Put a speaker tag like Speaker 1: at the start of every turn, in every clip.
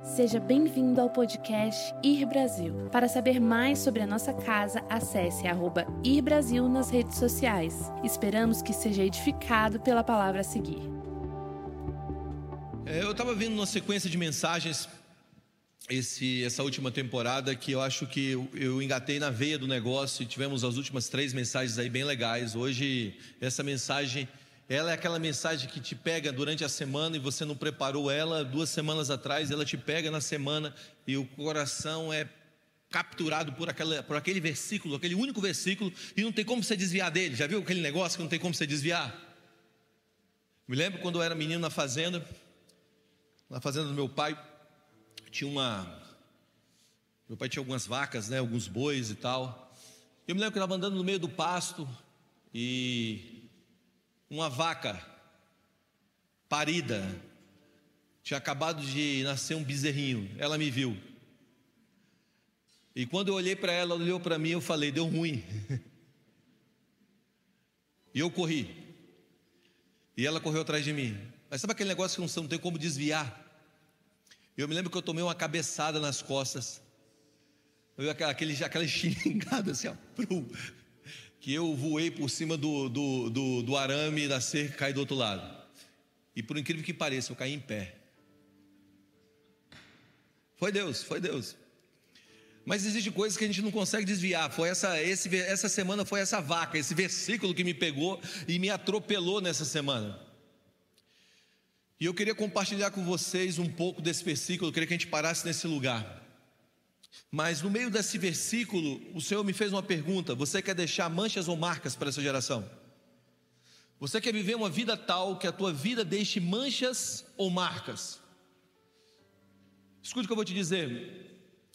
Speaker 1: Seja bem-vindo ao podcast Ir Brasil. Para saber mais sobre a nossa casa, acesse @Ir Brasil nas redes sociais. Esperamos que seja edificado pela palavra a seguir.
Speaker 2: Eu estava vendo uma sequência de mensagens essa última temporada que eu acho que eu engatei na veia do negócio e tivemos as últimas 3 mensagens aí bem legais. Hoje essa mensagem, ela é aquela mensagem que te pega durante a semana e você não preparou ela 2 semanas atrás, ela te pega na semana e o coração é capturado por aquele versículo, aquele único versículo, e não tem como você desviar dele. Já viu aquele negócio que não tem como você desviar? Me lembro quando eu era menino na fazenda do meu pai. Meu pai tinha algumas vacas, né, alguns bois e tal. Eu me lembro que eu estava andando no meio do pasto e uma vaca parida, tinha acabado de nascer um bezerrinho. Ela me viu. E quando eu olhei para ela, ela olhou para mim, eu falei: deu ruim. E eu corri. E ela correu atrás de mim. Mas sabe aquele negócio que não tem como desviar? Eu me lembro que eu tomei uma cabeçada nas costas. Eu aquela xingada assim, ó, que eu voei por cima do arame da cerca e caí do outro lado. E por incrível que pareça, eu caí em pé. Foi Deus. Mas existem coisas que a gente não consegue desviar. Essa semana foi essa vaca, esse versículo que me pegou e me atropelou nessa semana. E eu queria compartilhar com vocês um pouco desse versículo. Eu queria que a gente parasse nesse lugar. Mas no meio desse versículo, o Senhor me fez uma pergunta: você quer deixar manchas ou marcas para essa geração? Você quer viver uma vida tal que a tua vida deixe manchas ou marcas? Escute o que eu vou te dizer.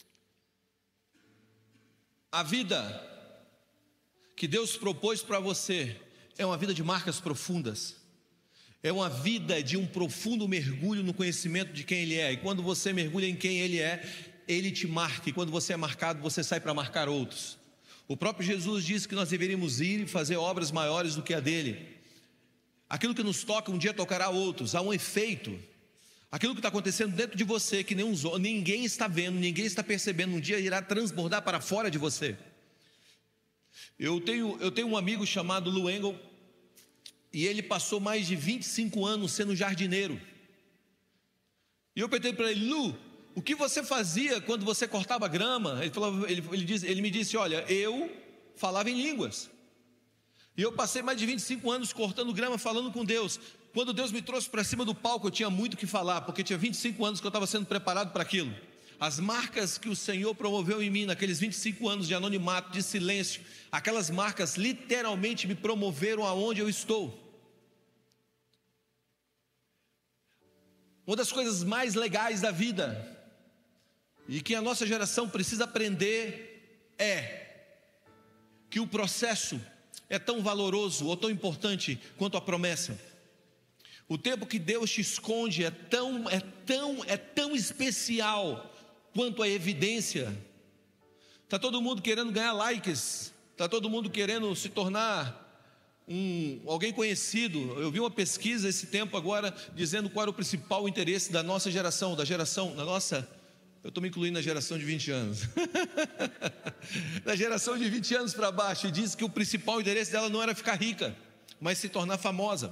Speaker 2: A vida que Deus propôs para você é uma vida de marcas profundas. É uma vida de um profundo mergulho no conhecimento de quem Ele é. E quando você mergulha em quem Ele é, Ele te marca. E quando você é marcado, você sai para marcar outros. O próprio Jesus disse que nós deveríamos ir e fazer obras maiores do que a dele. Aquilo que nos toca, um dia tocará a outros. Há um efeito. Aquilo que está acontecendo dentro de você, que ninguém está vendo, ninguém está percebendo, um dia irá transbordar para fora de você. Eu tenho um amigo chamado Lou Engle. E ele passou mais de 25 anos sendo jardineiro. E eu perguntei para ele: Lu, o que você fazia quando você cortava grama? Ele me disse: olha, eu falava em línguas. E eu passei mais de 25 anos cortando grama, falando com Deus. Quando Deus me trouxe para cima do palco, eu tinha muito o que falar, porque tinha 25 anos que eu estava sendo preparado para aquilo. As marcas que o Senhor promoveu em mim naqueles 25 anos de anonimato, de silêncio, aquelas marcas literalmente me promoveram aonde eu estou. Uma das coisas mais legais da vida, e que a nossa geração precisa aprender, é que o processo é tão valoroso ou tão importante quanto a promessa. O tempo que Deus te esconde é tão especial quanto a evidência. Está todo mundo querendo ganhar likes, está todo mundo querendo se tornar alguém conhecido. Eu vi uma pesquisa esse tempo agora dizendo qual era o principal interesse da nossa geração, eu estou me incluindo na geração de 20 anos da geração de 20 anos para baixo, e diz que o principal interesse dela não era ficar rica, mas se tornar famosa,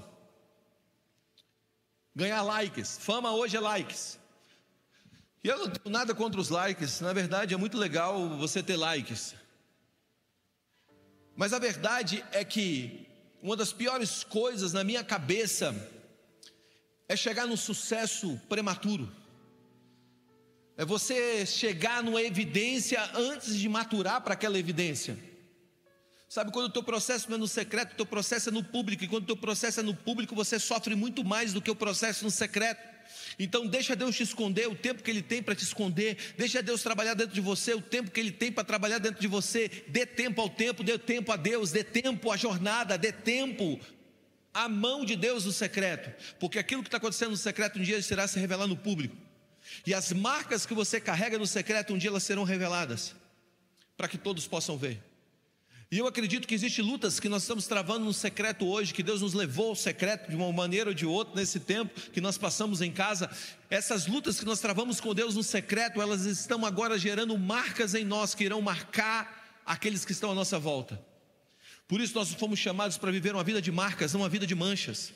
Speaker 2: ganhar likes. Fama hoje é likes. E eu não tenho nada contra os likes, na verdade é muito legal você ter likes, mas a verdade é que uma das piores coisas na minha cabeça é chegar no sucesso prematuro. É você chegar numa evidência antes de maturar para aquela evidência. Sabe, quando o teu processo não é no secreto, o teu processo é no público. E quando o teu processo é no público, você sofre muito mais do que o processo no secreto. Então deixa Deus te esconder o tempo que Ele tem para te esconder. Deixa Deus trabalhar dentro de você o tempo que Ele tem para trabalhar dentro de você. Dê tempo ao tempo, dê tempo a Deus, dê tempo à jornada, dê tempo à mão de Deus no secreto. Porque aquilo que está acontecendo no secreto um dia será se revelar no público. E as marcas que você carrega no secreto um dia elas serão reveladas, para que todos possam ver. E eu acredito que existem lutas que nós estamos travando no secreto hoje, que Deus nos levou ao secreto de uma maneira ou de outra nesse tempo que nós passamos em casa. Essas lutas que nós travamos com Deus no secreto, elas estão agora gerando marcas em nós, que irão marcar aqueles que estão à nossa volta. Por isso nós fomos chamados para viver uma vida de marcas, não uma vida de manchas.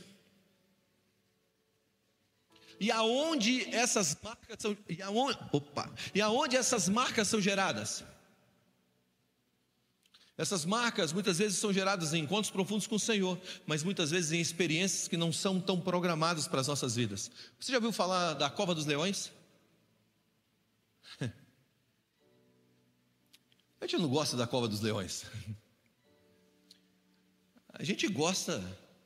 Speaker 2: E aonde essas marcas são geradas? Essas marcas muitas vezes são geradas em encontros profundos com o Senhor, mas muitas vezes em experiências que não são tão programadas para as nossas vidas. Você já ouviu falar da Cova dos Leões? A gente não gosta da Cova dos Leões. A gente gosta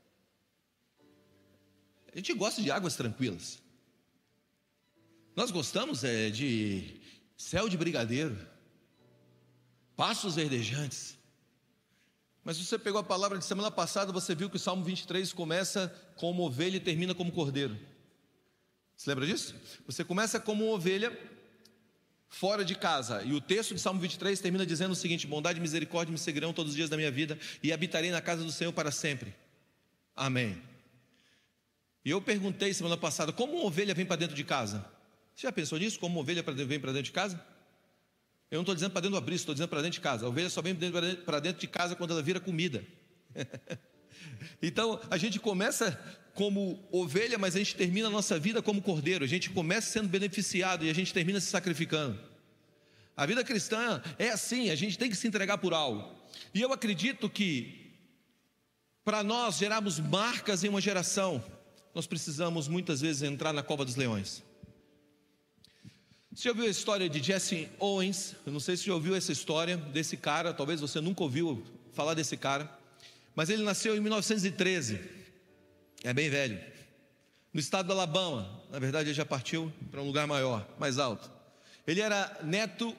Speaker 2: de águas tranquilas. Nós gostamos de céu de brigadeiro, pastos verdejantes. Mas se você pegou a palavra de semana passada, você viu que o Salmo 23 começa como ovelha e termina como cordeiro. Você lembra disso? Você começa como uma ovelha fora de casa, e o texto de Salmo 23 termina dizendo o seguinte: bondade e misericórdia me seguirão todos os dias da minha vida, e habitarei na casa do Senhor para sempre. Amém. E eu perguntei semana passada, como uma ovelha vem para dentro de casa? Você já pensou nisso? Como uma ovelha vem para dentro de casa? Eu não estou dizendo para dentro do aprisco, estou dizendo para dentro de casa. A ovelha só vem para dentro de casa quando ela vira comida. Então, a gente começa como ovelha, mas a gente termina a nossa vida como cordeiro. A gente começa sendo beneficiado e a gente termina se sacrificando. A vida cristã é assim, a gente tem que se entregar por algo. E eu acredito que, para nós gerarmos marcas em uma geração, nós precisamos muitas vezes entrar na cova dos leões. Você já ouviu a história de Jesse Owens? Eu não sei se você já ouviu essa história desse cara, talvez você nunca ouviu falar desse cara, mas ele nasceu em 1913, é bem velho, no estado do Alabama. Na verdade ele já partiu para um lugar maior, mais alto. Ele era neto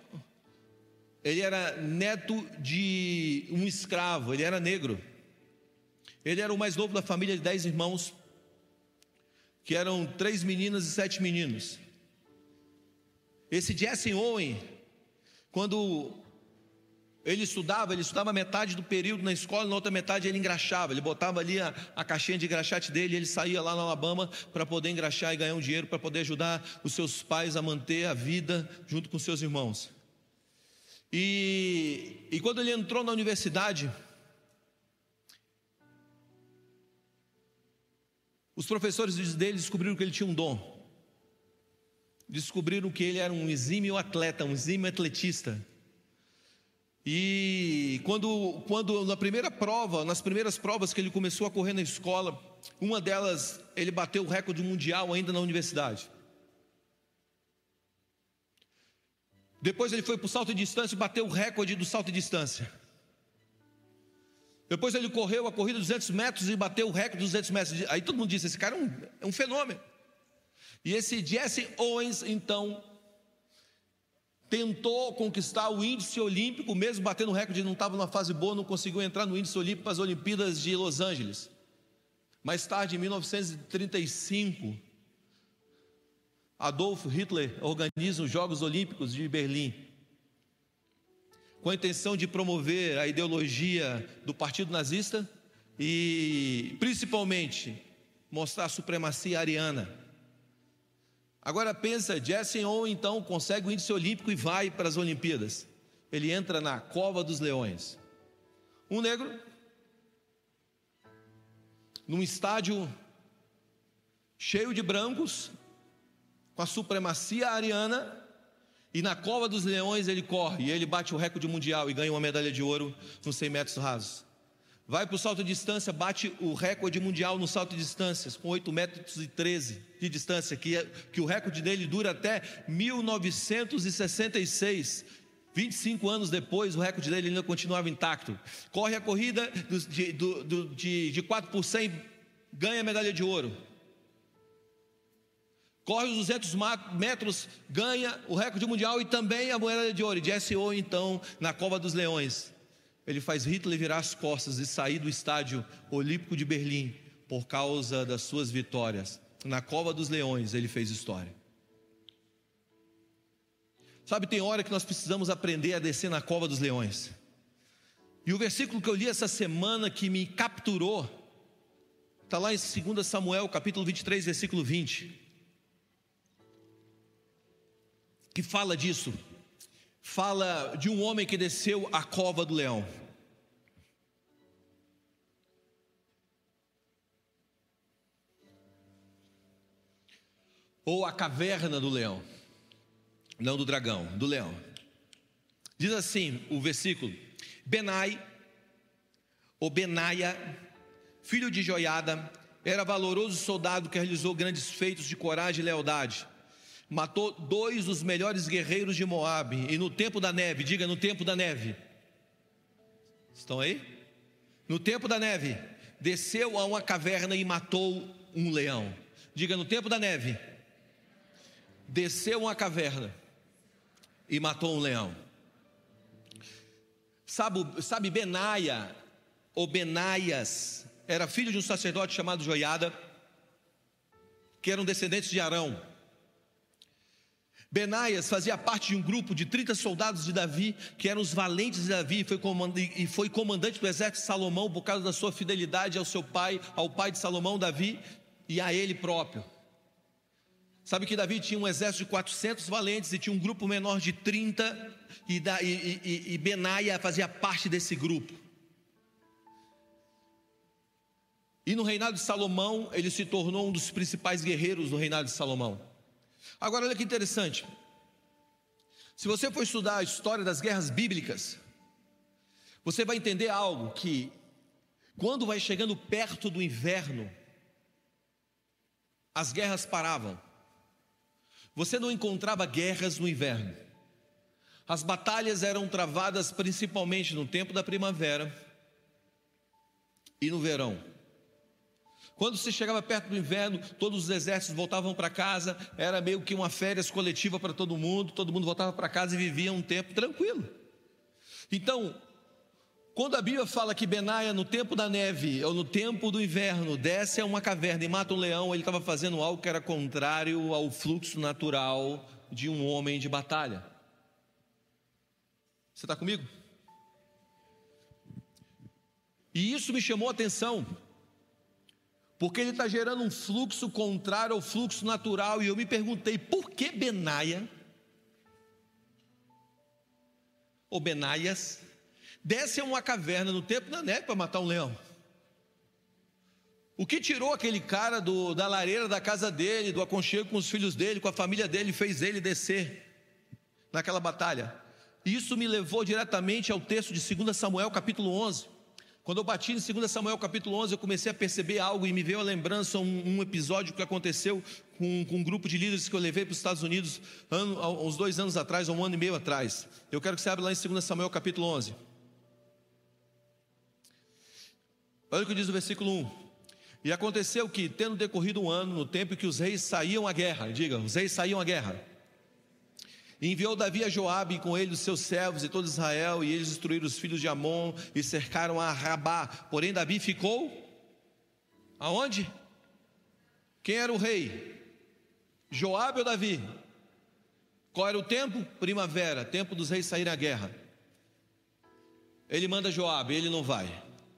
Speaker 2: de um escravo, ele era negro. Ele era o mais novo da família de 10 irmãos, que eram 3 meninas e 7 meninos. Esse Jesse Owens, quando ele estudava metade do período na escola, na outra metade ele engraxava. Ele botava ali a caixinha de engraxate dele, e ele saía lá no Alabama para poder engraxar e ganhar um dinheiro, para poder ajudar os seus pais a manter a vida junto com seus irmãos. E quando ele entrou na universidade, os professores dele descobriram que ele tinha um dom. Descobriram que ele era um exímio atleta, um exímio atletista. E quando nas primeiras provas que ele começou a correr na escola, uma delas ele bateu o recorde mundial ainda na universidade. Depois ele foi para o salto de distância e bateu o recorde do salto de distância. Depois ele correu a corrida de 200 metros e bateu o recorde dos 200 metros. Aí todo mundo disse: esse cara é um fenômeno. E esse Jesse Owens, então, tentou conquistar o índice olímpico, mesmo batendo o recorde, não estava numa fase boa, não conseguiu entrar no índice olímpico para as Olimpíadas de Los Angeles. Mais tarde, em 1935, Adolf Hitler organiza os Jogos Olímpicos de Berlim, com a intenção de promover a ideologia do Partido Nazista e, principalmente, mostrar a supremacia ariana. Agora pensa, Jesse Owens então consegue o índice olímpico e vai para as Olimpíadas. Ele entra na cova dos leões. Um negro, num estádio cheio de brancos, com a supremacia ariana, e na cova dos leões ele corre, e ele bate o recorde mundial e ganha uma medalha de ouro nos 100 metros rasos. Vai para o salto de distância, bate o recorde mundial no salto de distâncias, com 8,13 metros de distância, que o recorde dele dura até 1966. 25 anos depois, o recorde dele ainda continuava intacto. Corre a corrida de 4 por 100, ganha a medalha de ouro. Corre os 200 metros, ganha o recorde mundial e também a medalha de ouro. E Jesse Owens, então, na cova dos leões, ele faz Hitler virar as costas e sair do estádio olímpico de Berlim por causa das suas vitórias. Na cova dos leões ele fez história. Sabe, tem hora que nós precisamos aprender a descer na cova dos leões. E o versículo que eu li essa semana que me capturou, está lá em 2 Samuel, capítulo 23, versículo 20. Que fala disso. Fala de um homem que desceu à cova do leão. Ou a caverna do leão. Não do dragão, do leão. Diz assim o versículo: Benai, ou Benaia, filho de Joiada, era valoroso soldado que realizou grandes feitos de coragem e lealdade. Matou 2 dos melhores guerreiros de Moabe. E no tempo da neve, diga, no tempo da neve. Estão aí? No tempo da neve, desceu a uma caverna e matou um leão. Diga, no tempo da neve, desceu a uma caverna e matou um leão. Sabe Benaia, ou Benaias, era filho de um sacerdote chamado Joiada, que eram descendentes de Arão. Benaias fazia parte de um grupo de 30 soldados de Davi, que eram os valentes de Davi, e foi comandante do exército de Salomão por causa da sua fidelidade ao seu pai, ao pai de Salomão, Davi, e a ele próprio. Sabe que Davi tinha um exército de 400 valentes e tinha um grupo menor de 30, e Benaia fazia parte desse grupo. E no reinado de Salomão, ele se tornou um dos principais guerreiros do reinado de Salomão. Agora olha que interessante. Se você for estudar a história das guerras bíblicas, você vai entender algo, que quando vai chegando perto do inverno, as guerras paravam. Você não encontrava guerras no inverno. As batalhas eram travadas principalmente no tempo da primavera e no verão. Quando se chegava perto do inverno, todos os exércitos voltavam para casa, era meio que uma férias coletiva para todo mundo voltava para casa e vivia um tempo tranquilo. Então, quando a Bíblia fala que Benaia, no tempo da neve, ou no tempo do inverno, desce a uma caverna e mata um leão, ele estava fazendo algo que era contrário ao fluxo natural de um homem de batalha. Você está comigo? E isso me chamou a atenção, porque ele está gerando um fluxo contrário ao fluxo natural. E eu me perguntei, por que Benaia, ou Benaias, desce a uma caverna no tempo da neve para matar um leão? O que tirou aquele cara da lareira da casa dele, do aconchego com os filhos dele, com a família dele, fez ele descer naquela batalha? Isso me levou diretamente ao texto de 2 Samuel capítulo 11. Quando eu bati em 2 Samuel capítulo 11, eu comecei a perceber algo, e me veio a lembrança um episódio que aconteceu com um grupo de líderes que eu levei para os Estados Unidos uns 2 anos atrás, ou 1 ano e meio atrás. Eu quero que você abra lá em 2 Samuel capítulo 11. Olha o que diz o versículo 1. E aconteceu que, tendo decorrido um ano, no tempo em que os reis saíam à guerra, diga, os reis saíam à guerra, enviou Davi a Joabe, e com ele os seus servos e todo Israel, e eles destruíram os filhos de Amon e cercaram a Rabá. Porém Davi ficou aonde? Quem era o rei? Joabe ou Davi? Qual era o tempo? Primavera, tempo dos reis saírem à guerra. Ele manda Joabe, ele não vai.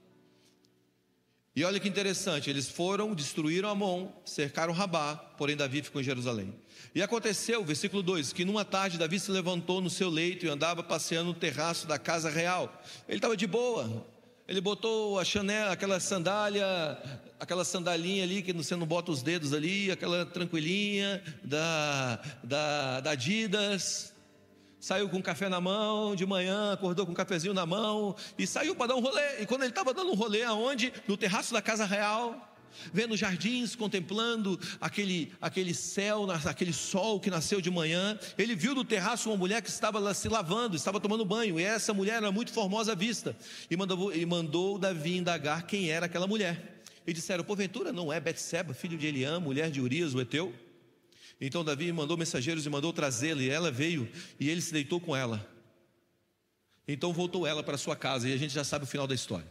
Speaker 2: E olha que interessante, eles foram, destruíram Amon, cercaram Rabá, porém Davi ficou em Jerusalém. E aconteceu, versículo 2, que numa tarde Davi se levantou no seu leito e andava passeando no terraço da casa real. Ele estava de boa, ele botou a Chanel, aquela sandalinha ali, que você não bota os dedos ali, aquela tranquilinha da Adidas. Saiu com um café na mão de manhã, acordou com um cafezinho na mão e saiu para dar um rolê. E quando ele estava dando um rolê, aonde? No terraço da casa real, vendo jardins, contemplando aquele céu, aquele sol que nasceu de manhã, ele viu no terraço uma mulher que estava lá se lavando, estava tomando banho, e essa mulher era muito formosa à vista, e mandou Davi indagar quem era aquela mulher. E disseram, porventura não é Betseba, filho de Eliã, mulher de Urias, o Eteu? Então Davi mandou mensageiros e mandou trazê-la, e ela veio, e ele se deitou com ela. Então voltou ela para sua casa, e a gente já sabe o final da história.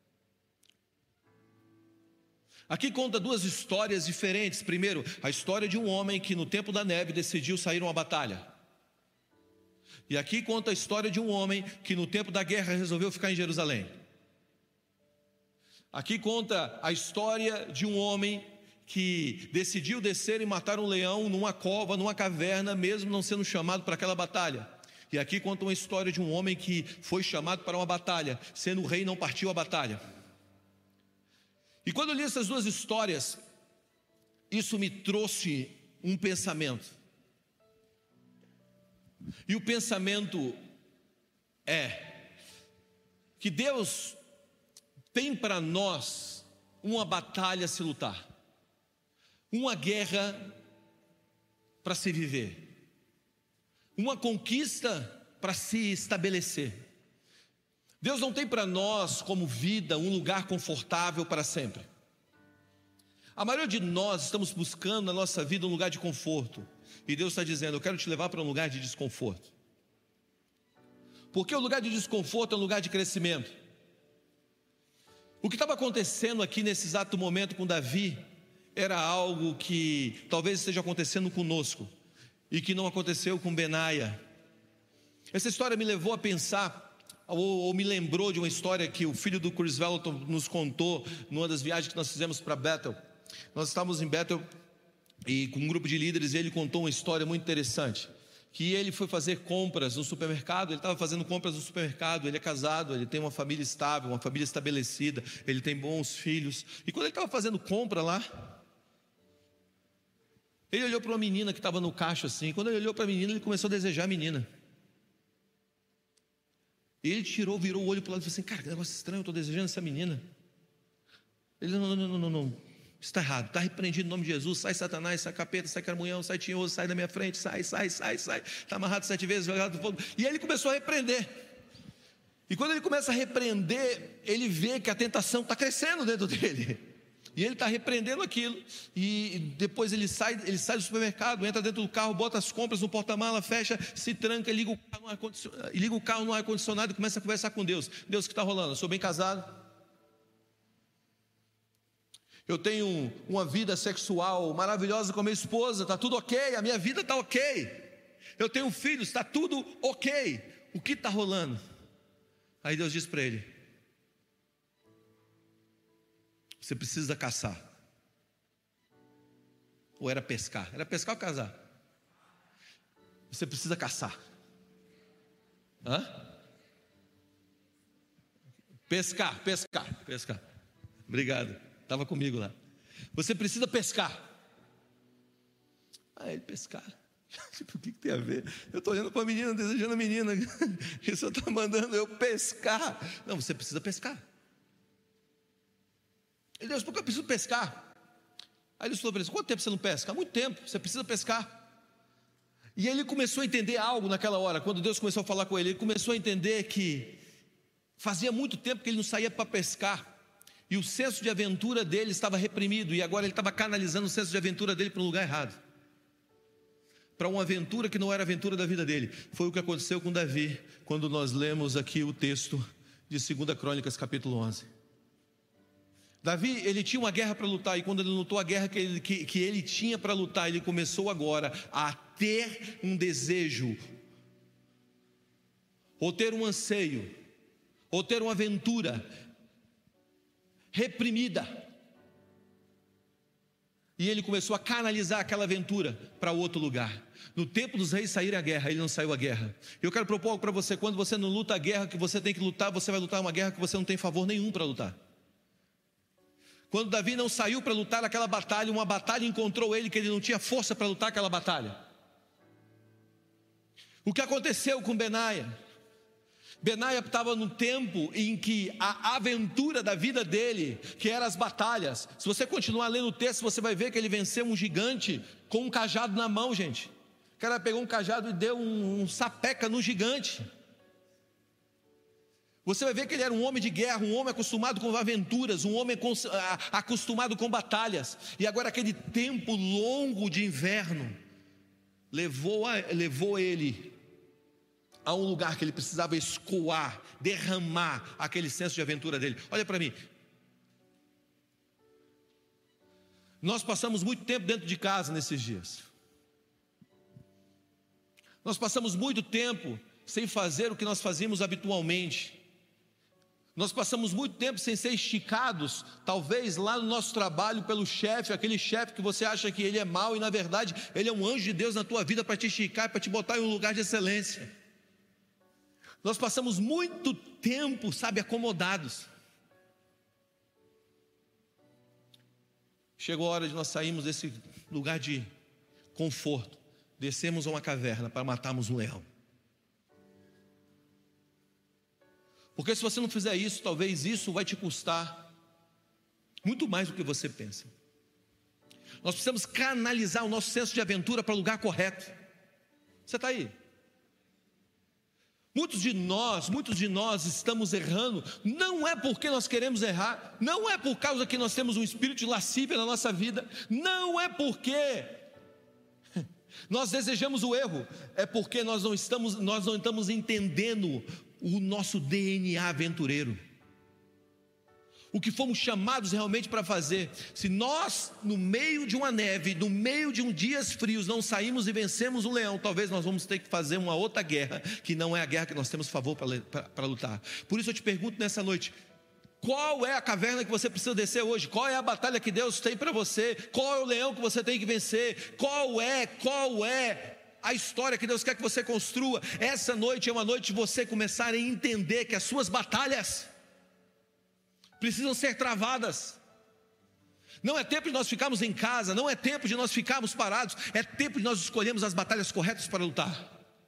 Speaker 2: Aqui conta 2 histórias diferentes. Primeiro, a história de um homem que no tempo da neve decidiu sair a uma batalha. E aqui conta a história de um homem que no tempo da guerra resolveu ficar em Jerusalém. Aqui conta a história de um homem que decidiu descer e matar um leão numa cova, numa caverna, mesmo não sendo chamado para aquela batalha. E aqui conta uma história de um homem que foi chamado para uma batalha, sendo o rei, não partiu a batalha. E quando eu li essas duas histórias, isso me trouxe um pensamento. E o pensamento é que Deus tem para nós uma batalha a se lutar, uma guerra para se viver, uma conquista para se estabelecer. Deus não tem para nós como vida um lugar confortável para sempre. A maioria de nós estamos buscando na nossa vida um lugar de conforto, e Deus está dizendo: eu quero te levar para um lugar de desconforto, porque o lugar de desconforto é um lugar de crescimento. O que estava acontecendo aqui nesse exato momento com Davi era algo que talvez esteja acontecendo conosco e que não aconteceu com Benaia. Essa história me levou a pensar, ou me lembrou de uma história que o filho do Chris Vallotton nos contou numa das viagens que nós fizemos para Bethel. Nós estávamos em Bethel e com um grupo de líderes, e ele contou uma história muito interessante, que ele foi fazer compras no supermercado. Ele estava fazendo compras no supermercado, ele é casado, ele tem uma família estável, uma família estabelecida, ele tem bons filhos, e quando ele estava fazendo compra lá, ele olhou para uma menina que estava no caixa assim. Quando ele olhou para a menina, ele começou a desejar a menina, e ele virou o olho para o lado e falou assim: cara, que negócio estranho, eu estou desejando essa menina. Ele: não, está errado, está repreendido em nome de Jesus. Sai Satanás, sai capeta, sai caramunhão, sai tinhoso, sai da minha frente, sai, está amarrado 7 vezes, jogado no fogo. E aí ele começou a repreender, e quando ele começa a repreender, ele vê que a tentação está crescendo dentro dele, e ele está repreendendo aquilo, e depois ele sai do supermercado, entra dentro do carro, bota as compras no porta-mala, fecha, se tranca, liga o carro no ar-condicionado e começa a conversar com Deus. Deus, o que está rolando? Eu sou bem casado, eu tenho uma vida sexual maravilhosa com a minha esposa, está tudo ok, a minha vida está ok, eu tenho filhos, está tudo ok, o que está rolando? Aí Deus diz para ele: você precisa caçar. Ou era pescar? Era pescar ou casar? Você precisa caçar. Pescar. Obrigado, estava comigo lá. Você precisa pescar. Ele pescar. Tipo, o que tem a ver? Eu estou olhando para a menina, desejando a menina, e o Senhor está mandando eu pescar. Não, você precisa pescar. E Deus: por que eu preciso pescar? Aí ele falou para ele: quanto tempo você não pesca? Há muito tempo, você precisa pescar. E ele começou a entender algo naquela hora. Quando Deus começou a falar com ele, ele começou a entender que fazia muito tempo que ele não saía para pescar, e o senso de aventura dele estava reprimido, e agora ele estava canalizando o senso de aventura dele para um lugar errado, para uma aventura que não era a aventura da vida dele. Foi o que aconteceu com Davi, quando nós lemos aqui o texto de 2 Crônicas capítulo 11. Davi, ele tinha uma guerra para lutar, e quando ele lutou a guerra que ele tinha para lutar, ele começou agora a ter um desejo, ou ter um anseio, ou ter uma aventura reprimida, e ele começou a canalizar aquela aventura para outro lugar. No tempo dos reis saírem à guerra, ele não saiu à guerra. Eu quero propor algo para você: quando você não luta a guerra que você tem que lutar, você vai lutar uma guerra que você não tem favor nenhum para lutar. Quando Davi não saiu para lutar aquela batalha, uma batalha encontrou ele que ele não tinha força para lutar aquela batalha. O que aconteceu com Benaia? Benaia estava no tempo em que a aventura da vida dele, que eram as batalhas. Se você continuar lendo o texto, você vai ver que ele venceu um gigante com um cajado na mão, gente. O cara pegou um cajado e deu um sapeca no gigante. Você vai ver que ele era um homem de guerra, um homem acostumado com aventuras, um homem acostumado com batalhas. E agora aquele tempo longo de inverno levou ele a um lugar que ele precisava escoar, derramar aquele senso de aventura dele. Olha para mim. Nós passamos muito tempo dentro de casa nesses dias. Nós passamos muito tempo sem fazer o que nós fazíamos habitualmente. Nós passamos muito tempo sem ser esticados, talvez lá no nosso trabalho pelo chefe, aquele chefe que você acha que ele é mau e na verdade ele é um anjo de Deus na tua vida para te esticar, para te botar em um lugar de excelência. Nós passamos muito tempo, acomodados. Chegou a hora de nós sairmos desse lugar de conforto, descemos a uma caverna para matarmos um leão. Porque se você não fizer isso, talvez isso vai te custar muito mais do que você pensa. Nós precisamos canalizar o nosso senso de aventura para o lugar correto. Você está aí? Muitos de nós estamos errando, não é porque nós queremos errar, não é por causa que nós temos um espírito de lascívia na nossa vida, não é porque nós desejamos o erro, é porque nós não estamos entendendo o nosso DNA aventureiro, o que fomos chamados realmente para fazer. Se nós, no meio de uma neve, no meio de dias frios, não saímos e vencemos um leão, talvez nós vamos ter que fazer uma outra guerra, que não é a guerra que nós temos favor para lutar. Por isso eu te pergunto nessa noite, qual é a caverna que você precisa descer hoje? Qual é a batalha que Deus tem para você? Qual é o leão que você tem que vencer? Qual é a história que Deus quer que você construa? Essa noite é uma noite de você começar a entender que as suas batalhas precisam ser travadas. Não é tempo de nós ficarmos em casa, não é tempo de nós ficarmos parados, é tempo de nós escolhermos as batalhas corretas para lutar.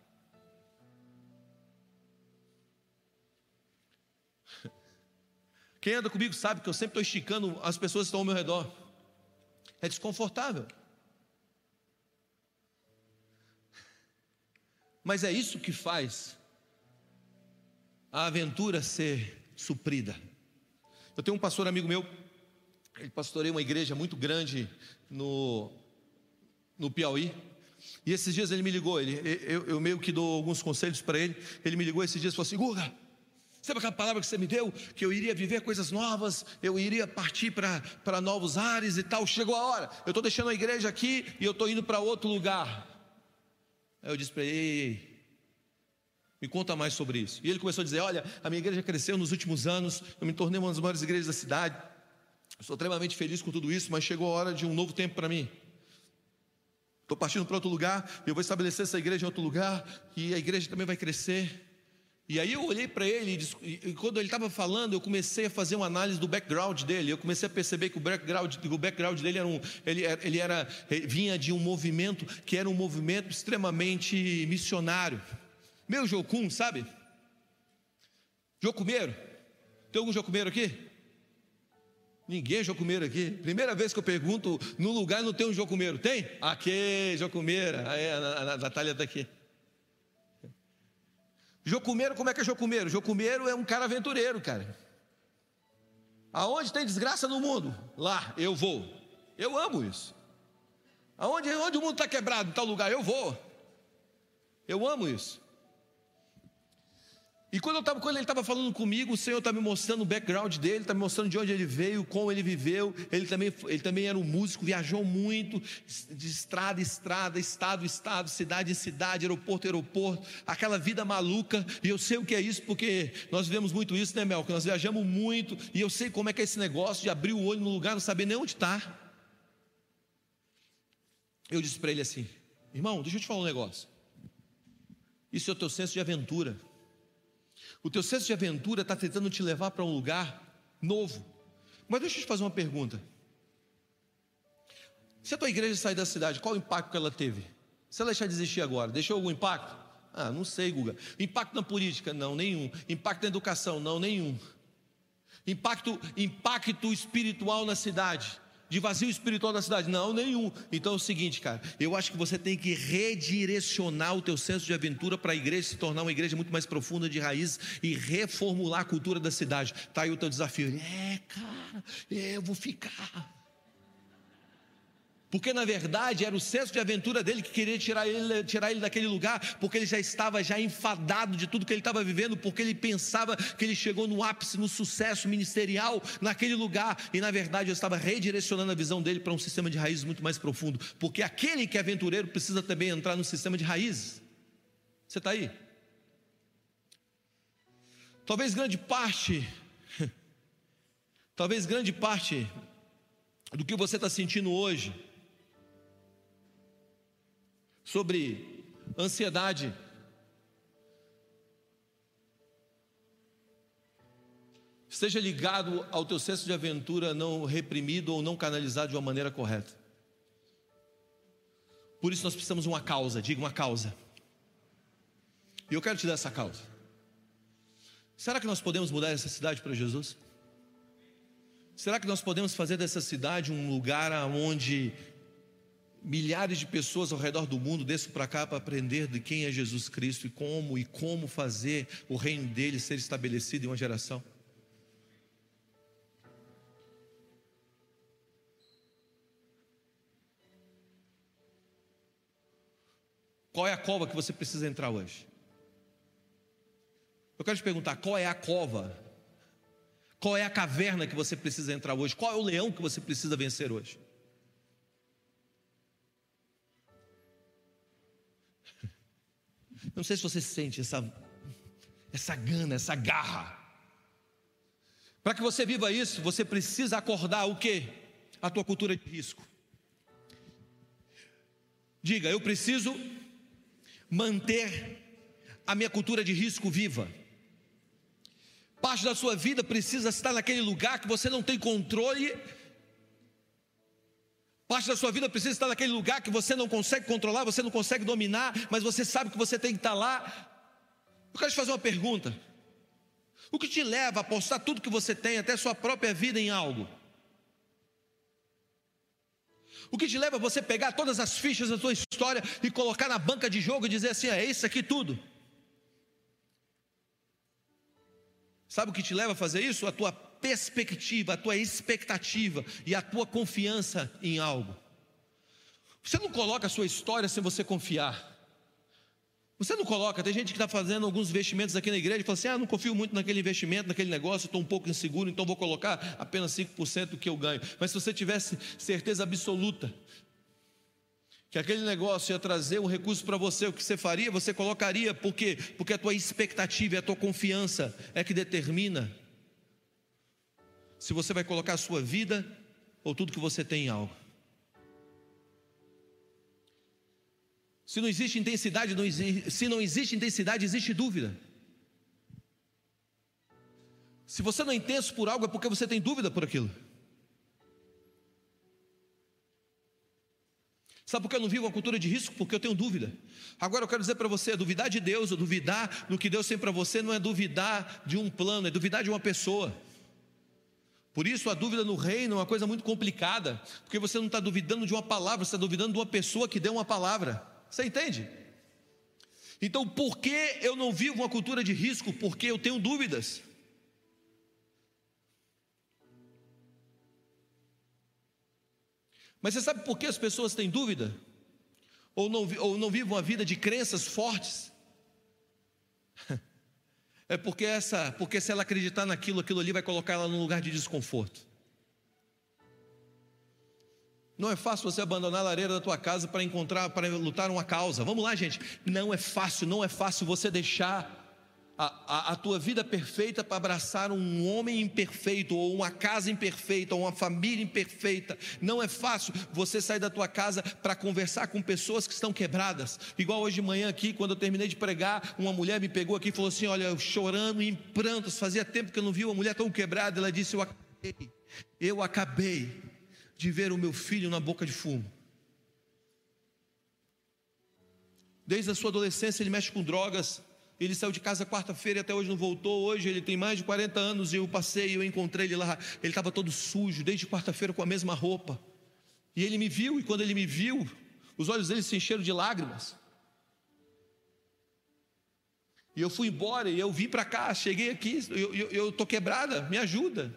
Speaker 2: Quem anda comigo sabe que eu sempre estou esticando as pessoas que estão ao meu redor. É desconfortável. Mas é isso que faz a aventura ser suprida. Eu tenho um pastor amigo meu, ele pastoreia uma igreja muito grande no Piauí. E esses dias ele me ligou, eu meio que dou alguns conselhos para ele. Ele me ligou esses dias e falou assim: Guga, sabe aquela palavra que você me deu? Que eu iria viver coisas novas, eu iria partir para novos ares e tal. Chegou a hora, eu estou deixando a igreja aqui e eu estou indo para outro lugar. Aí eu disse para ele: ei, me conta mais sobre isso. E ele começou a dizer: olha, a minha igreja cresceu nos últimos anos, eu me tornei uma das maiores igrejas da cidade, estou extremamente feliz com tudo isso, mas chegou a hora de um novo tempo para mim. Estou partindo para outro lugar, eu vou estabelecer essa igreja em outro lugar, e a igreja também vai crescer. E aí eu olhei para ele, e quando ele estava falando, eu comecei a fazer uma análise do background dele. Eu comecei a perceber que o background dele vinha de um movimento que era um movimento extremamente missionário, meio jocum, sabe? Jocumeiro. Tem algum jocumeiro aqui? Ninguém é jocumeiro aqui. Primeira vez que eu pergunto, no lugar não tem um jocumeiro. Tem? Aqui, jocumeira. Aí a Natália está aqui. Jocumeiro, como é que é jocumeiro? Jocumeiro é um cara aventureiro, cara. Aonde tem desgraça no mundo, lá eu vou. Eu amo isso. Aonde o mundo está quebrado, em tal lugar, eu vou. Eu amo isso. E quando ele estava falando comigo, o Senhor está me mostrando o background dele, está me mostrando de onde ele veio, como ele viveu. Ele também era um músico, viajou muito, de estrada em estrada, estado em estado, cidade em cidade, aeroporto em aeroporto, aquela vida maluca. E eu sei o que é isso, porque nós vivemos muito isso, né, Mel? Que nós viajamos muito, e eu sei como é que é esse negócio de abrir o olho no lugar, não saber nem onde está. Eu disse para ele assim: irmão, deixa eu te falar um negócio. Isso é o teu senso de aventura. O teu senso de aventura está tentando te levar para um lugar novo. Mas deixa eu te fazer uma pergunta. Se a tua igreja sair da cidade, qual o impacto que ela teve? Se ela deixar de existir agora, deixou algum impacto? Ah, não sei, Guga. Impacto na política? Não, nenhum. Impacto na educação? Não, nenhum. Impacto espiritual na cidade? De vazio espiritual da cidade? Não, nenhum. Então é o seguinte, cara, eu acho que você tem que redirecionar o teu senso de aventura para a igreja se tornar uma igreja muito mais profunda de raiz e reformular a cultura da cidade. Está aí o teu desafio. Cara, eu vou ficar. Porque na verdade era o senso de aventura dele que queria tirar ele daquele lugar, porque ele já estava enfadado de tudo que ele estava vivendo, porque ele pensava que ele chegou no ápice, no sucesso ministerial naquele lugar, e na verdade eu estava redirecionando a visão dele para um sistema de raízes muito mais profundo, porque aquele que é aventureiro precisa também entrar no sistema de raízes. Você está aí? Talvez grande parte do que você está sentindo hoje sobre ansiedade esteja ligado ao teu senso de aventura não reprimido ou não canalizado de uma maneira correta. Por isso nós precisamos de uma causa, diga uma causa. E eu quero te dar essa causa. Será que nós podemos mudar essa cidade para Jesus? Será que nós podemos fazer dessa cidade um lugar onde milhares de pessoas ao redor do mundo desçam para cá para aprender de quem é Jesus Cristo e como fazer o reino dele ser estabelecido em uma geração? Qual é a cova que você precisa entrar hoje? Eu quero te perguntar, qual é a cova? Qual é a caverna que você precisa entrar hoje? Qual é o leão que você precisa vencer hoje? Não sei se você sente essa gana, essa garra. Para que você viva isso, você precisa acordar o quê? A tua cultura de risco. Diga, eu preciso manter a minha cultura de risco viva. Parte da sua vida precisa estar naquele lugar que você não tem controle. Parte da sua vida precisa estar naquele lugar que você não consegue controlar, você não consegue dominar, mas você sabe que você tem que estar lá. Eu quero te fazer uma pergunta. O que te leva a apostar tudo que você tem, até a sua própria vida, em algo? O que te leva a você pegar todas as fichas da sua história e colocar na banca de jogo e dizer assim, é isso aqui tudo? Sabe o que te leva a fazer isso? A tua perspectiva, a tua expectativa e a tua confiança em algo. Você não coloca a sua história sem você confiar. Você não coloca, tem gente que está fazendo alguns investimentos aqui na igreja e fala assim, não confio muito naquele investimento, naquele negócio, estou um pouco inseguro, então vou colocar apenas 5% do que eu ganho. Mas se você tivesse certeza absoluta que aquele negócio ia trazer um recurso para você, o que você faria? Você colocaria, por quê? Porque a tua expectativa e a tua confiança é que determina se você vai colocar a sua vida ou tudo que você tem em algo. Se não existe intensidade, existe dúvida. Se você não é intenso por algo, é porque você tem dúvida por aquilo. Sabe por que eu não vivo uma cultura de risco? Porque eu tenho dúvida. Agora eu quero dizer para você, duvidar de Deus, ou duvidar do que Deus tem para você, não é duvidar de um plano, é duvidar de uma pessoa. Por isso a dúvida no reino é uma coisa muito complicada, porque você não está duvidando de uma palavra, você está duvidando de uma pessoa que deu uma palavra. Você entende? Então, por que eu não vivo uma cultura de risco? Porque eu tenho dúvidas. Mas você sabe por que as pessoas têm dúvida? Ou não vivem uma vida de crenças fortes? É porque se ela acreditar naquilo, aquilo ali vai colocar ela num lugar de desconforto. Não é fácil você abandonar a lareira da tua casa para lutar uma causa. Vamos lá, gente. Não é fácil você deixar a tua vida perfeita para abraçar um homem imperfeito, ou uma casa imperfeita, ou uma família imperfeita. Não é fácil você sair da tua casa para conversar com pessoas que estão quebradas. Igual hoje de manhã aqui, quando eu terminei de pregar, uma mulher me pegou aqui e falou assim, olha, chorando em prantos, fazia tempo que eu não via uma mulher tão quebrada. Ela disse, eu acabei de ver o meu filho na boca de fumo. Desde a sua adolescência ele mexe com drogas. Ele saiu de casa quarta-feira e até hoje não voltou. Hoje ele tem mais de 40 anos e eu encontrei ele lá. Ele estava todo sujo, desde quarta-feira com a mesma roupa. E ele me viu, e quando ele me viu, os olhos dele se encheram de lágrimas. E eu fui embora, e eu vim para cá, cheguei aqui, eu estou quebrada, me ajuda.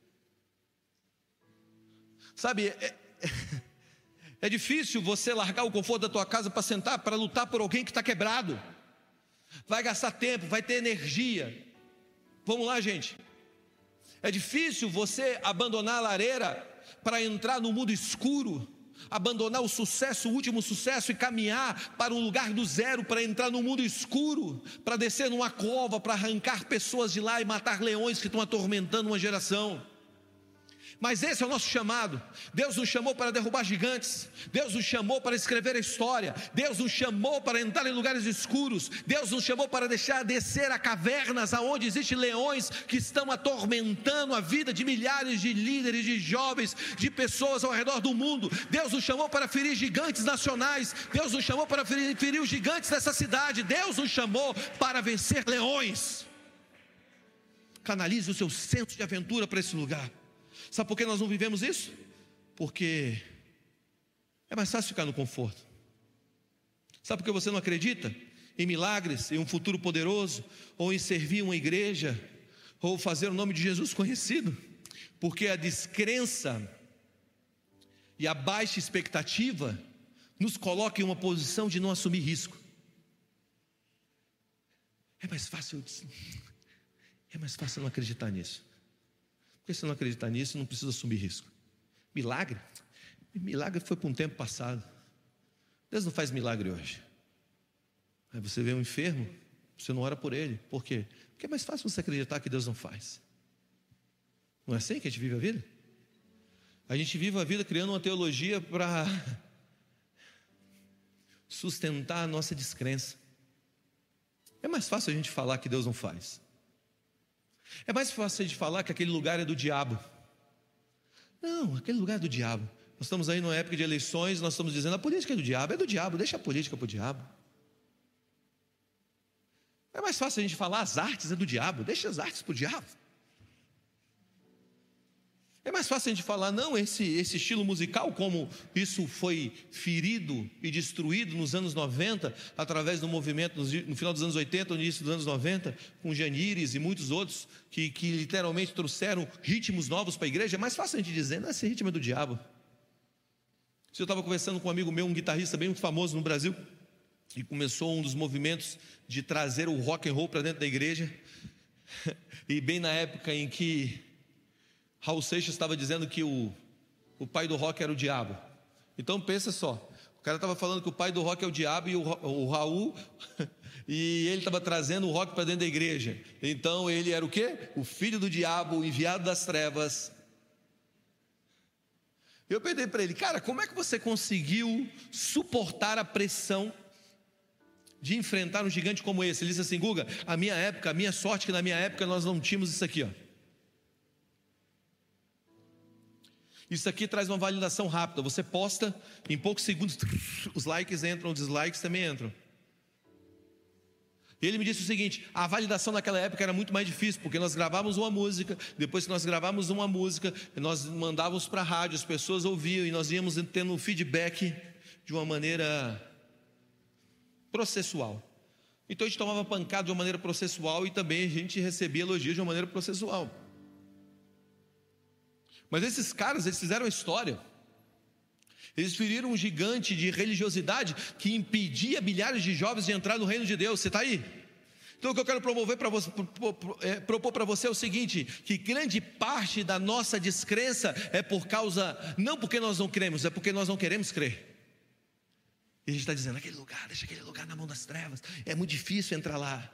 Speaker 2: Sabe, é difícil você largar o conforto da tua casa para sentar, para lutar por alguém que está quebrado. Vai gastar tempo, vai ter energia. Vamos lá, gente. É difícil você abandonar a lareira para entrar no mundo escuro, abandonar o sucesso, o último sucesso, e caminhar para um lugar do zero, para entrar no mundo escuro, para descer numa cova, para arrancar pessoas de lá e matar leões que estão atormentando uma geração. Mas esse é o nosso chamado. Deus nos chamou para derrubar gigantes. Deus nos chamou para escrever a história. Deus nos chamou para entrar em lugares escuros. Deus nos chamou para deixar descer a cavernas aonde existem leões que estão atormentando a vida de milhares de líderes, de jovens, de pessoas ao redor do mundo. Deus nos chamou para ferir gigantes nacionais. Deus nos chamou para ferir os gigantes dessa cidade. Deus nos chamou para vencer leões. Canalize o seu senso de aventura para esse lugar. Sabe por que nós não vivemos isso? Porque é mais fácil ficar no conforto. Sabe por que você não acredita em milagres, em um futuro poderoso, ou em servir uma igreja, ou fazer o nome de Jesus conhecido? Porque a descrença e a baixa expectativa nos coloca em uma posição de não assumir risco. É mais fácil não acreditar nisso. Porque se não acreditar nisso, não precisa assumir risco. Milagre foi para um tempo passado. Deus não faz milagre hoje. Aí você vê um enfermo, você não ora por ele. Por quê? Porque é mais fácil você acreditar que Deus não faz. Não é assim que a gente vive a vida? A gente vive a vida criando uma teologia para sustentar a nossa descrença. É mais fácil a gente falar que Deus não faz. É mais fácil de falar que aquele lugar é do diabo. Não, aquele lugar é do diabo. Nós estamos aí numa época de eleições, nós estamos dizendo a política é do diabo, deixa a política para o diabo. É mais fácil a gente falar as artes é do diabo, deixa as artes para o diabo. É mais fácil a gente falar, não, esse estilo musical, como isso foi ferido e destruído nos anos 90, através do movimento, no final dos anos 80, no início dos anos 90, com Janires e muitos outros, que literalmente trouxeram ritmos novos para a igreja. É mais fácil a gente dizer, não, esse ritmo é do diabo. Eu estava conversando com um amigo meu, um guitarrista bem muito famoso no Brasil, e começou um dos movimentos de trazer o rock and roll para dentro da igreja, e bem na época em que Raul Seixas estava dizendo que o pai do rock era o diabo. Então pensa só, o cara estava falando que o pai do rock é o diabo e o Raul, e ele estava trazendo o rock para dentro da igreja. Então ele era o quê? O filho do diabo, o enviado das trevas. Eu perguntei para ele, cara, como é que você conseguiu suportar a pressão de enfrentar um gigante como esse? Ele disse assim, Guga, a minha sorte que na minha época nós não tínhamos isso aqui, ó. Isso aqui traz uma validação rápida. Você posta, em poucos segundos, os likes entram, os dislikes também entram. E ele me disse o seguinte, a validação naquela época era muito mais difícil, porque nós gravávamos uma música, depois que nós gravávamos uma música, nós mandávamos para a rádio, as pessoas ouviam, e nós íamos tendo um feedback de uma maneira processual. Então a gente tomava pancada de uma maneira processual, e também a gente recebia elogios de uma maneira processual. Mas esses caras, eles fizeram a história. Eles feriram um gigante de religiosidade que impedia milhares de jovens de entrar no reino de Deus. Você está aí? Então o que eu quero propor para você é o seguinte, que grande parte da nossa descrença é por causa, não porque nós não cremos, é porque nós não queremos crer. E a gente está dizendo, deixa aquele lugar na mão das trevas, é muito difícil entrar lá.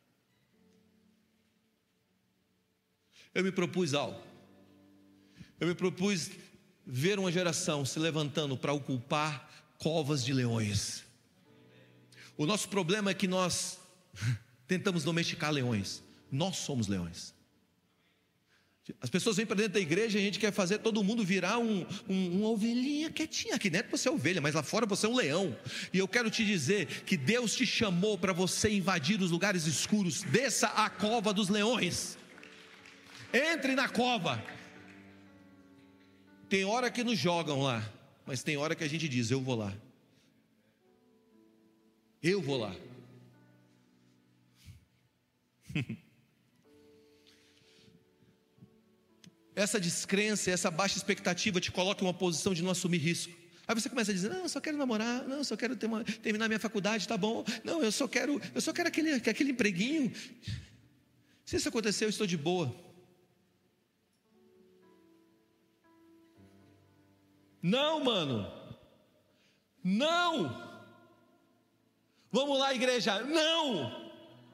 Speaker 2: Eu me propus algo. Eu me propus ver uma geração se levantando para ocupar covas de leões. O nosso problema é que nós tentamos domesticar leões. Nós somos leões. As pessoas vêm para dentro da igreja e a gente quer fazer todo mundo virar uma ovelhinha quietinha. Aqui dentro você é ovelha, mas lá fora você é um leão. E eu quero te dizer que Deus te chamou para você invadir os lugares escuros. Desça a cova dos leões. Entre na cova. Tem hora que nos jogam lá, mas tem hora que a gente diz, eu vou lá. Eu vou lá. Essa descrença, essa baixa expectativa te coloca em uma posição de não assumir risco. Aí você começa a dizer, não, eu só quero namorar, não, eu só quero terminar minha faculdade, tá bom. Não, eu só quero aquele empreguinho. Se isso acontecer, eu estou de boa. Não, mano. Não! Vamos lá, igreja, não!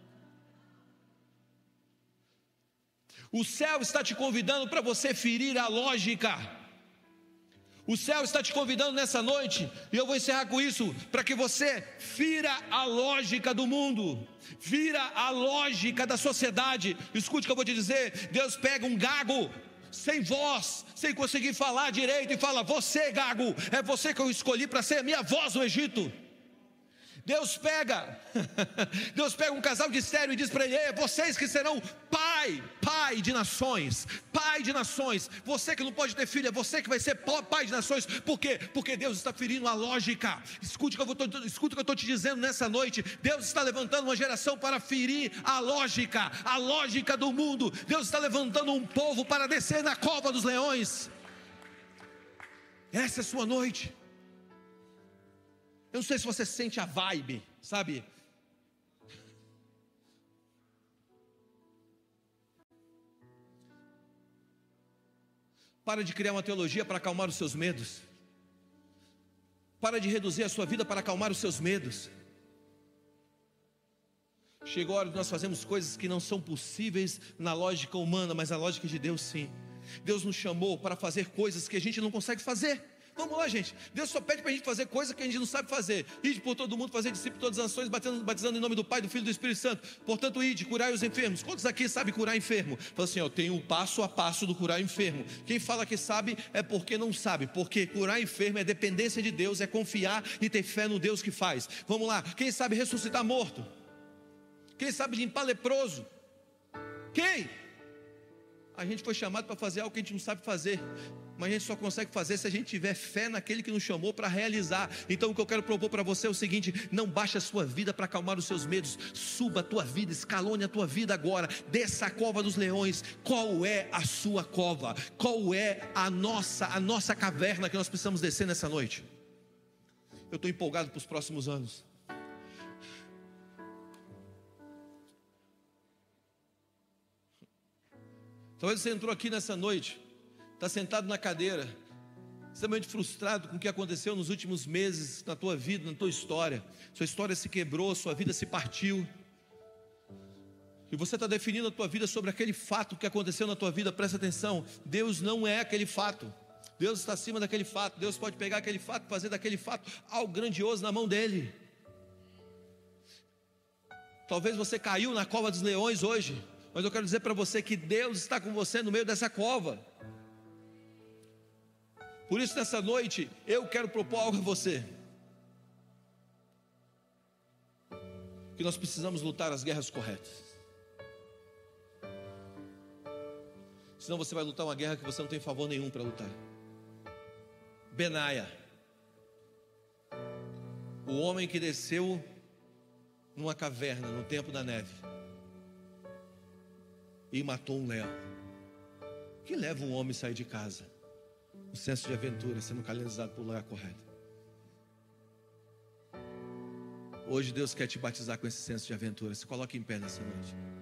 Speaker 2: O céu está te convidando para você ferir a lógica. O céu está te convidando nessa noite, e eu vou encerrar com isso, para que você fira a lógica do mundo, fira a lógica da sociedade. Escute o que eu vou te dizer: Deus pega um gago, sem voz, sem conseguir falar direito, e fala: você, gago, é você que eu escolhi para ser a minha voz no Egito. Deus pega um casal de estéril e diz para ele: vocês que serão pai de nações, você que não pode ter filho, é você que vai ser pai de nações. Por quê? Porque Deus está ferindo a lógica. Escute o que eu estou te dizendo nessa noite: Deus está levantando uma geração para ferir a lógica do mundo. Deus está levantando um povo para descer na cova dos leões. Essa é a sua noite. Eu não sei se você sente a vibe, sabe? Para de criar uma teologia para acalmar os seus medos. Para de reduzir a sua vida para acalmar os seus medos. Chegou a hora de nós fazermos coisas que não são possíveis na lógica humana, mas na lógica de Deus sim. Deus nos chamou para fazer coisas que a gente não consegue fazer. Vamos lá, gente. Deus só pede para a gente fazer coisa que a gente não sabe fazer. Ide por todo mundo, fazer discípulos todas as nações, batizando em nome do Pai, do Filho e do Espírito Santo. Portanto, ide, curai os enfermos. Quantos aqui sabem curar enfermo? Fala assim: eu tenho o passo a passo do curar enfermo. Quem fala que sabe é porque não sabe. Porque curar enfermo é dependência de Deus, é confiar e ter fé no Deus que faz. Vamos lá. Quem sabe ressuscitar morto? Quem sabe limpar leproso? Quem? A gente foi chamado para fazer algo que a gente não sabe fazer, mas a gente só consegue fazer se a gente tiver fé naquele que nos chamou para realizar. Então o que eu quero propor para você é o seguinte: não baixe a sua vida para acalmar os seus medos, suba a tua vida, escalone a tua vida agora, desça a cova dos leões. Qual é a sua cova? Qual é a nossa caverna que nós precisamos descer nessa noite? Eu estou empolgado para os próximos anos. Talvez você entrou aqui nessa noite, está sentado na cadeira, extremamente frustrado com o que aconteceu nos últimos meses na tua vida, na tua história. Sua história se quebrou, sua vida se partiu, e você está definindo a tua vida sobre aquele fato que aconteceu na tua vida. Presta atenção: Deus não é aquele fato, Deus está acima daquele fato. Deus pode pegar aquele fato e fazer daquele fato algo grandioso na mão dele. Talvez você caiu na cova dos leões hoje, mas eu quero dizer para você que Deus está com você no meio dessa cova. Por isso, nessa noite, eu quero propor algo a você: que nós precisamos lutar as guerras corretas. Senão você vai lutar uma guerra que você não tem favor nenhum para lutar. Benaia, o homem que desceu numa caverna no tempo da neve e matou um leão. O que leva um homem a sair de casa? O senso de aventura, sendo canalizado para o lugar correto. Hoje Deus quer te batizar com esse senso de aventura. Se coloque em pé nessa noite.